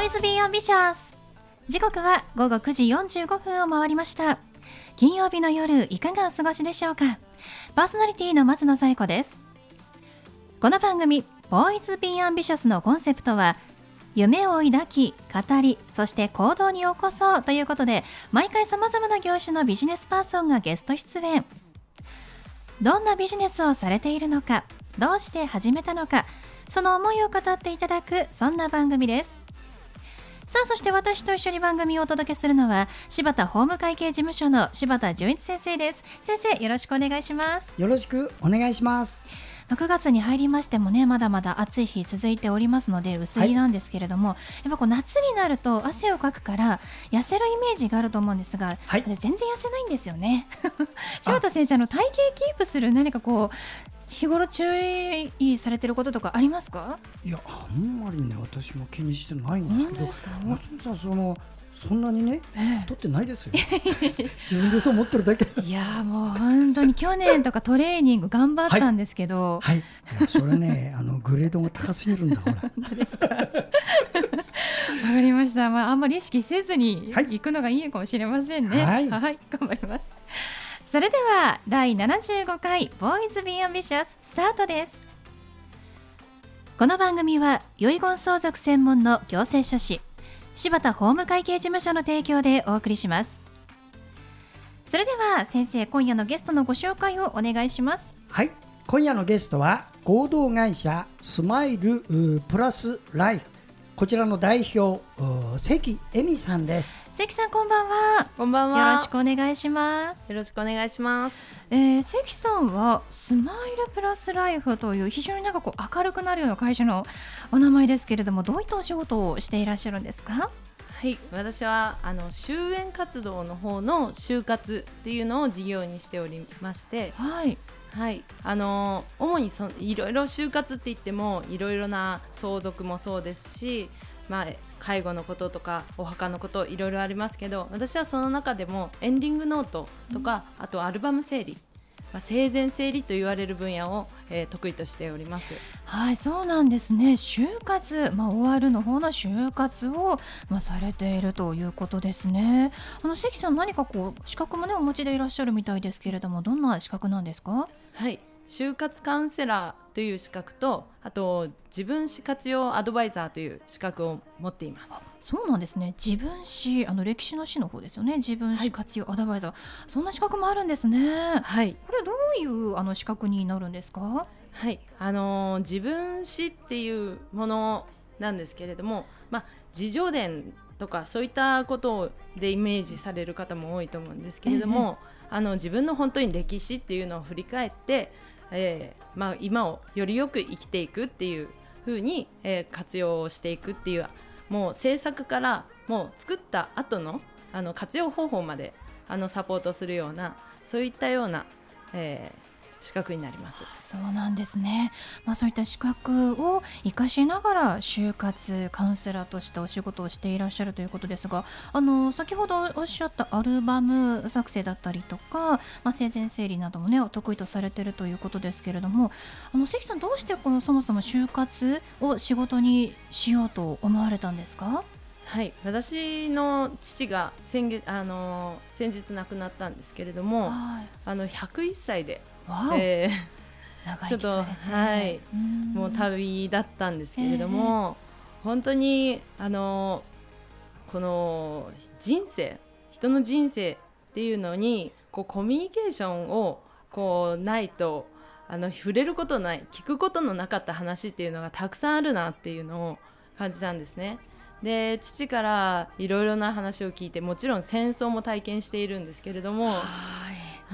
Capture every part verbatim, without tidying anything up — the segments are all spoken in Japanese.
ーイズビーアンビシャス。時刻はごごくじよんじゅうごふんを回りました。金曜日の夜いかがお過ごしでしょうか。パーソナリティの松野紗友子です。この番組ボーイズビーアンビシャスのコンセプトは夢を抱き語りそして行動に起こそうということで、毎回さまざまな業種のビジネスパーソンがゲスト出演。どんなビジネスをされているのか、どうして始めたのか、その思いを語っていただく、そんな番組です。さあ、そして私と一緒に番組をお届けするのは柴田法務会計事務所の柴田純一先生です。先生、よろしくお願いします。 よろしくお願いします。 くがつに入りましてもね、まだまだ暑い日続いておりますので薄着なんですけれども、はい、やっぱこう夏になると汗をかくから痩せるイメージがあると思うんですが、はい、全然痩せないんですよね柴田先生の体型キープする何かこう日頃注意されてることとかありますか？ いや、あんまりね、私も気にしてないんですけど、松本さん、そのそんなにね、ええ、太ってないですよ自分でそう思ってるだけいやもう本当に去年とかトレーニング頑張ったんですけど、 はい、はい、いやそれねあのグレードが高すぎるんだほら本当ですかわかりました、まあ、あんまり意識せずに行くのがいいかもしれませんね。はい、はい、頑張ります。それではだいななじゅうごかいボーイズビーアンビシャススタートです。この番組は遺言相続専門の行政書士柴田法務会計事務所の提供でお送りします。それでは先生、今夜のゲストのご紹介をお願いします。 はい、今夜のゲストは合同会社スマイルプラスライフ、こちらの代表関恵美さんです。 関さん、こんばんは。 こんばんは。 よろしくお願いします。 よろしくお願いします。 えー、関さんはスマイルプラスライフという非常になんかこう明るくなるような会社のお名前ですけれども、どういったお仕事をしていらっしゃるんですか？ はい、私はあの就園活動の方の就活っていうのを事業にしておりまして、 はいはい、あの主にそいろいろ就活って言ってもいろいろな相続もそうですし、まあ、介護のこととかお墓のこといろいろありますけど、私はその中でもエンディングノートとか、うん、あとアルバム整理、まあ、生前整理と言われる分野を、えー、得意としております。 はい、そうなんですね。就活、まあ、終わるの方の就活を、まあ、されているということですね。あの関さん、何かこう資格もねお持ちでいらっしゃるみたいですけれども、どんな資格なんですか？ はい、就活カウンセラーという資格と、あと自分史活用アドバイザーという資格を持っています。 そうなんですね。自分史、あの歴史の史の方ですよね。自分史活用アドバイザー、はい、そんな資格もあるんですね。はい、これどういうあの資格になるんですか？ はい、あのー、自分史っていうものなんですけれども、まあ、自叙伝とかそういったことでイメージされる方も多いと思うんですけれども、ええ、あの自分の本当に歴史っていうのを振り返って、えーまあ、今をよりよく生きていくっていう風に、えー、活用していくっていう、もう制作からもう作った後の、あの活用方法まであのサポートするような、そういったような、えー資格になります。 そうなんですね。まあ、そういった資格を生かしながら就活カウンセラーとしてお仕事をしていらっしゃるということですが、あの先ほどおっしゃったアルバム作成だったりとか、まあ、生前整理などもね得意とされているということですけれども、あの関さん、どうしてこのそもそも就活を仕事にしようと思われたんですか？ はい、私の父が先月、あの先日亡くなったんですけれども、はい、あのひゃくいっさいでえー、ちょっと、はい、もう旅だったんですけれども、えー、本当にあのこの人生、人の人生っていうのにこうコミュニケーションをこうないと、あの触れることない、聞くことのなかった話っていうのがたくさんあるなっていうのを感じたんですね。で、父からいろいろな話を聞いて、もちろん戦争も体験しているんですけれども、はい、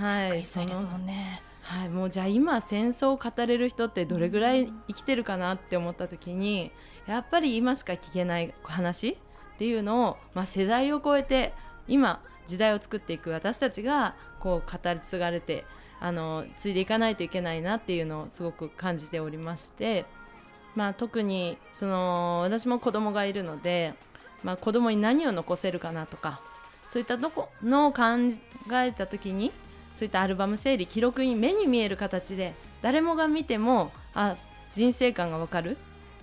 はい、そのですもんね。 はい、もうじゃあ今戦争を語れる人ってどれぐらい生きてるかなって思った時に、やっぱり今しか聞けない話っていうのを、まあ、世代を超えて今時代を作っていく私たちがこう語り継がれて、あの継いでいかないといけないなっていうのをすごく感じておりまして、まあ、特にその私も子供がいるので、まあ、子供に何を残せるかなとか、そういったとこのを考えた時に、そういったアルバム整理、記録に目に見える形で誰もが見てもあ人生観が分かるっ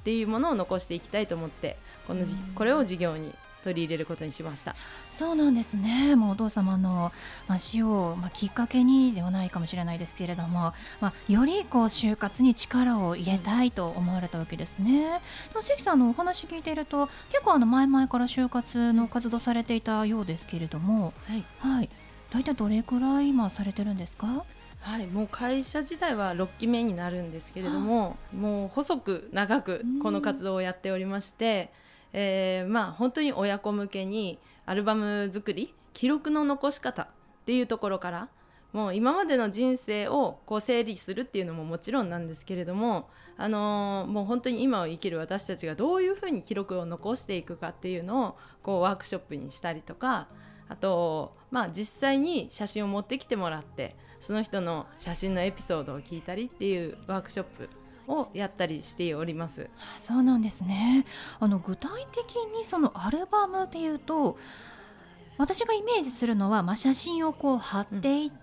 っていうものを残していきたいと思ってこのじこれを事業に取り入れることにしました。 そうなんですね。もうお父様の、まあ、死を、まあ、きっかけにではないかもしれないですけれども、まあ、よりこう就活に力を入れたいと思われたわけですね。でも関さんのお話聞いていると結構あの前々から就活の活動されていたようですけれども、はい、はい、大体どれくらい今されてるんですか？ はい、もう会社自体はろっきめになるんですけれども、もう細く長くこの活動をやっておりまして、えー、まあ本当に親子向けにアルバム作り、記録の残し方っていうところからもう今までの人生をこう整理するっていうのももちろんなんですけれども、あのー、もう本当に今を生きる私たちがどういうふうに記録を残していくかっていうのをこうワークショップにしたりとか、あと、まあ、実際に写真を持ってきてもらってその人の写真のエピソードを聞いたりっていうワークショップをやったりしております。 そうなんですね。あの具体的にそのアルバムでいうと私がイメージするのは、まあ、写真をこう貼っていって、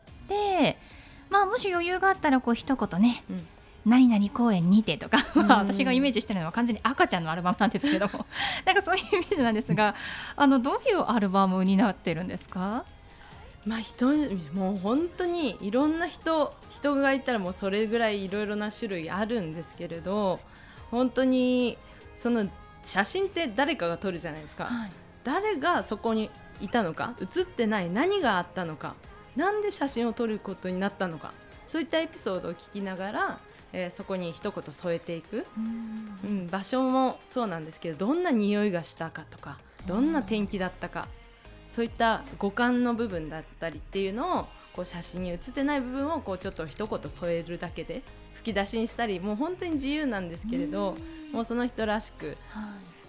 うん、まあ、もし余裕があったらこう一言ね、うん、何々公園にてとか、まあ、私がイメージしてるのは完全に赤ちゃんのアルバムなんですけれどもなんかそういうイメージなんですが、あのどういうアルバムになってるんですか？ まあ、人もう本当にいろんな人人がいたらもうそれぐらいいろいろな種類あるんですけれど、本当にその写真って誰かが撮るじゃないですか、はい、誰がそこにいたのか、写ってない何があったのか、なんで写真を撮ることになったのか、そういったエピソードを聞きながら、えー、そこに一言添えていく、うん、うん、場所もそうなんですけど、どんな匂いがしたかとか、どんな天気だったか、そういった五感の部分だったりっていうのをこう写真に写ってない部分をこうちょっと一言添えるだけで吹き出しにしたり、もう本当に自由なんですけれど、もうその人らしく、はい、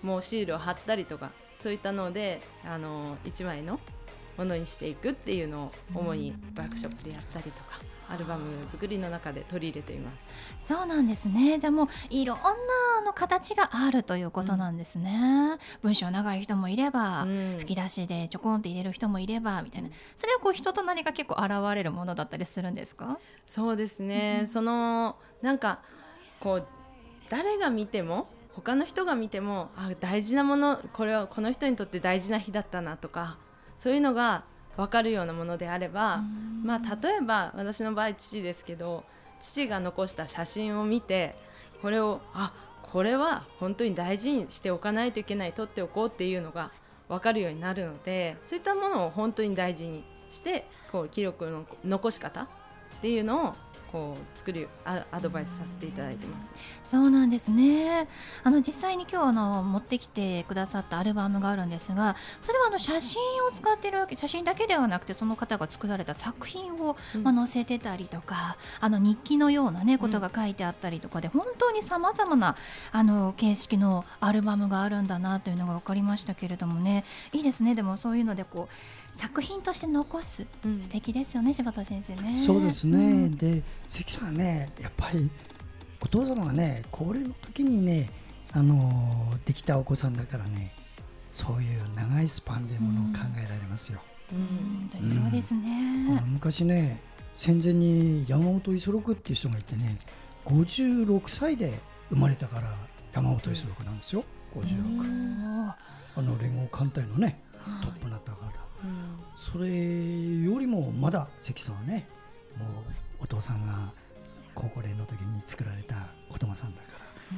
もうシールを貼ったりとかそういったのであの一枚のものにしていくっていうのを主にワークショップでやったりとかアルバム作りの中で取り入れています。 そうなんですね。じゃあもういろんなあの形があるということなんですね、うん、文章長い人もいれば、うん、吹き出しでちょこんって入れる人もいればみたいな、それはこう人となりが結構現れるものだったりするんですか？ そうですね、うん、そのなんかこう誰が見ても他の人が見てもあ大事なもの、これはこの人にとって大事な日だったなとか、そういうのが分かるようなものであれば、まあ、例えば私の場合父ですけど、父が残した写真を見てこれをあこれは本当に大事にしておかないといけない、取っておこうっていうのが分かるようになるので、そういったものを本当に大事にしてこう記録の残し方っていうのをこう作るアドバイスさせていただいてます。 そうなんですね。あの実際に今日あの持ってきてくださったアルバムがあるんですが、それはあの写真を使っているわけ、写真だけではなくてその方が作られた作品を、うんまあ、載せてたりとか、あの日記のような、ね、ことが書いてあったりとかで、うん、本当にさまざまなあの形式のアルバムがあるんだなというのが分かりましたけれどもね、いいですね。でもそういうのでこう作品として残す、うん、素敵ですよね、柴田先生ね。 そうですね、うん、で関さんね、やっぱりお父様がね高齢の時にね、あのー、できたお子さんだからね、そういう長いスパンでものを考えられますよ、 うんうん、そうですね、 うん、昔ね戦前に山本五十六っていう人がいてね、ごじゅうろくさいで生まれたから山本五十六なんですよ、ごじゅうろく、あの連合艦隊のねトップになった方、うん、それよりもまだ関さんはね、もうお父さんが高校齢の時に作られたお友さんだから、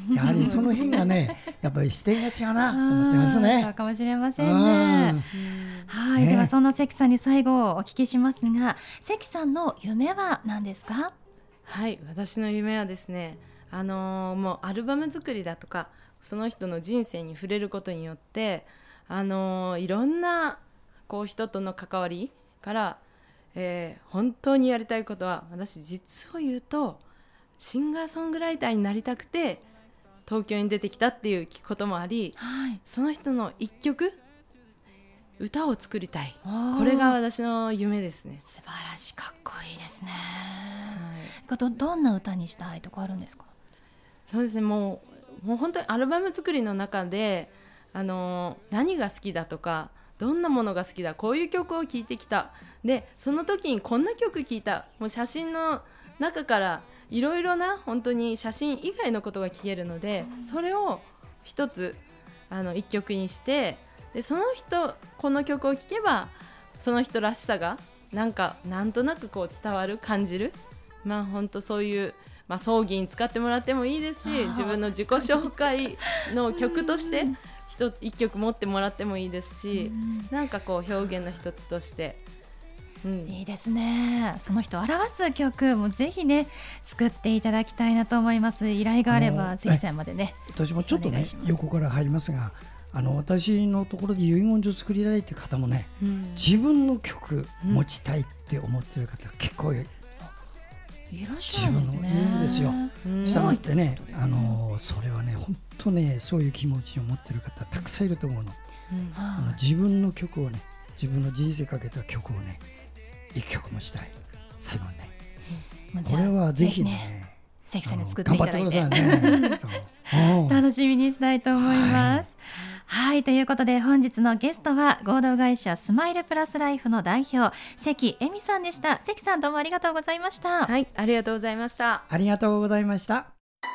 やはりその辺がねやっぱり視点が違うなと思ってますね。 そうかもしれませんね。はい、ね、ではそんな関さんに最後お聞きしますが、関さんの夢は何ですか？ はい、私の夢はですね、あのー、もうアルバム作りだとかその人の人生に触れることによって、あのー、いろんなこう人との関わりから、えー、本当にやりたいことは、私実を言うとシンガーソングライターになりたくて東京に出てきたっていうこともあり、はい、その人の一曲歌を作りたい、これが私の夢ですね。 素晴らしい、かっこいいですね、はい、ど, どんな歌にしたいとかあるんですか？ そうですね、もう、もう本当にアルバム作りの中で、あのー、何が好きだとかどんなものが好きだ、こういう曲を聴いてきた、でその時にこんな曲聴いた、もう写真の中からいろいろな本当に写真以外のことが聞けるので、それを一つあの一曲にして、でその人この曲を聴けばその人らしさがなんかなんとなくこう伝わる感じる、まあ本当そういう、まあ、葬儀に使ってもらってもいいですし、自分の自己紹介の曲として一, 一曲持ってもらってもいいですし、なんかこう表現の一つとして、うん、 いいですね。その人を表す曲もぜひね作っていただきたいなと思います。依頼があれば関さんまでね。 私もちょっとね横から入りますが、あの私のところで遺言状作りたいって方もね、うん、自分の曲持ちたいって思ってる方結構いる、 いらっしゃるんですね。 自分のいるんですよ。したがってね、あのそれはね本当ねそういう気持ちを持ってる方たくさんいると思うの、うん、あの自分の曲をね、自分の人生かけた曲をね一曲持ちたい。最後にね、うん、これはぜひね関さんに作っていただいて、 ね、 楽しみにしたいと思います。はい、はい、ということで本日のゲストは合同会社スマイルプラスライフの代表関恵美さんでした。関さんどうもありがとうございました。 はい、ありがとうございました。 ありがとうございました。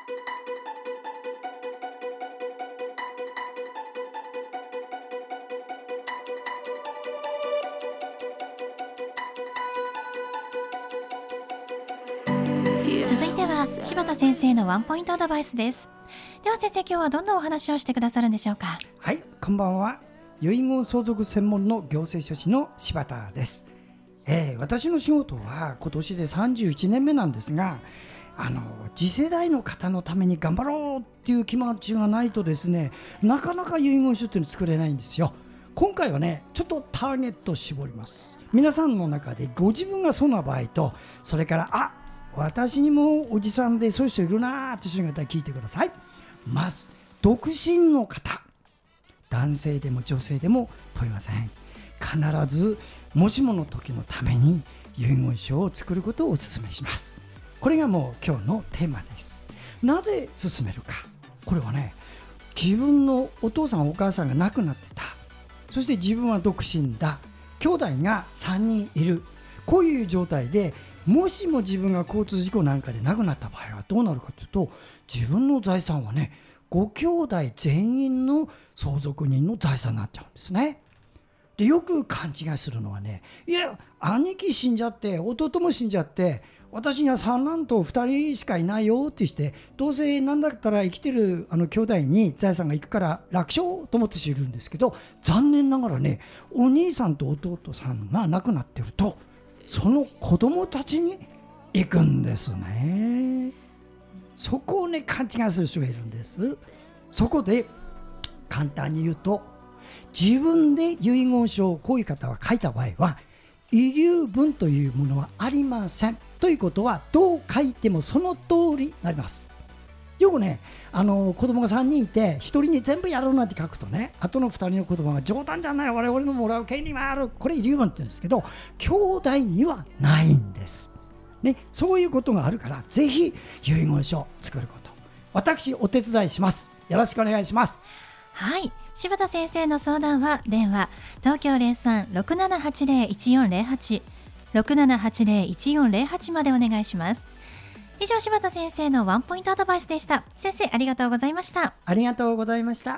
続いては柴田先生のワンポイントアドバイスです。では先生、今日はどんなお話をしてくださるんでしょうか。 はい、こんばんは。遺言相続専門の行政書士の柴田です。えー、私の仕事は今年でさんじゅういちねんめなんですが、あの次世代の方のために頑張ろうっていう気持ちがないとですね、なかなか遺言書っていうの作れないんですよ。今回はねちょっとターゲットを絞ります。皆さんの中でご自分がそうな場合と、それからあ私にもおじさんでそういう人いるなーっていう方聞いてください。まず独身の方、男性でも女性でも問いません。必ずもしもの時のために遺言書を作ることをお勧めします。これがもう今日のテーマです。なぜ勧めるか。これはね、自分のお父さんお母さんが亡くなってた、そして自分は独身だ、兄弟がさんにんいる、こういう状態でもしも自分が交通事故なんかで亡くなった場合はどうなるかというと、自分の財産はねご兄弟全員の相続人の財産になっちゃうんですね。でよく勘違いするのはね、いや兄貴死んじゃって弟も死んじゃって私には三男と二人しかいないよってして、どうせ何だったら生きてるあの兄弟に財産がいくから楽勝と思って知るんですけど、残念ながらねお兄さんと弟さんが亡くなってるとその子供たちに行くんですね。そこをね勘違いする人がいるんです。そこで簡単に言うと、自分で遺言書をこういう方は書いた場合は遺留分というものはありません。ということはどう書いてもその通りになります。よくねあの子供がさんにんいてひとりに全部やろうなんて書くとね、あとのふたりの子供が冗談じゃない、我々のもらう権利はある、これ遺留分って言うんですけど、兄弟にはないんです、ね、そういうことがあるからぜひ遺言書を作ること、私お手伝いします。よろしくお願いします。 はい、柴田先生の相談は電話東京 ゼロさん ろくななはちゼロ いちよんゼロはち ろくななはちゼロ いちよんゼロはちまでお願いします。以上、柴田先生のワンポイントアドバイスでした。先生ありがとうございました。 ありがとうございました。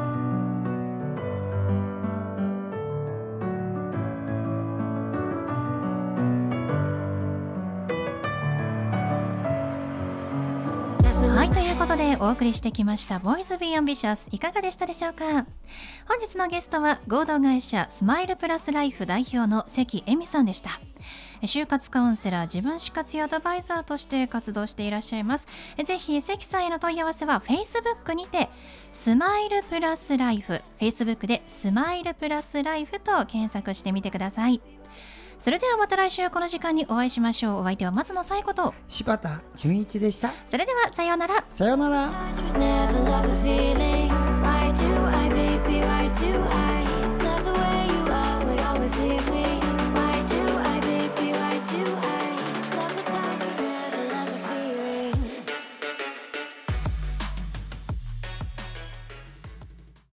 はい、ということでお送りしてきました Boys Be Ambitious、 いかがでしたでしょうか。本日のゲストは合同会社スマイルプラスライフ代表の関恵美さんでした。就活カウンセラー、自分史活アドバイザーとして活動していらっしゃいます。ぜひ関さんへの問い合わせは Facebook にてスマイルプラスライフ、 Facebook でスマイルプラスライフと検索してみてください。それではまた来週この時間にお会いしましょう。お相手は松野紗友子と柴田純一でした。 それではさようなら。 さようなら。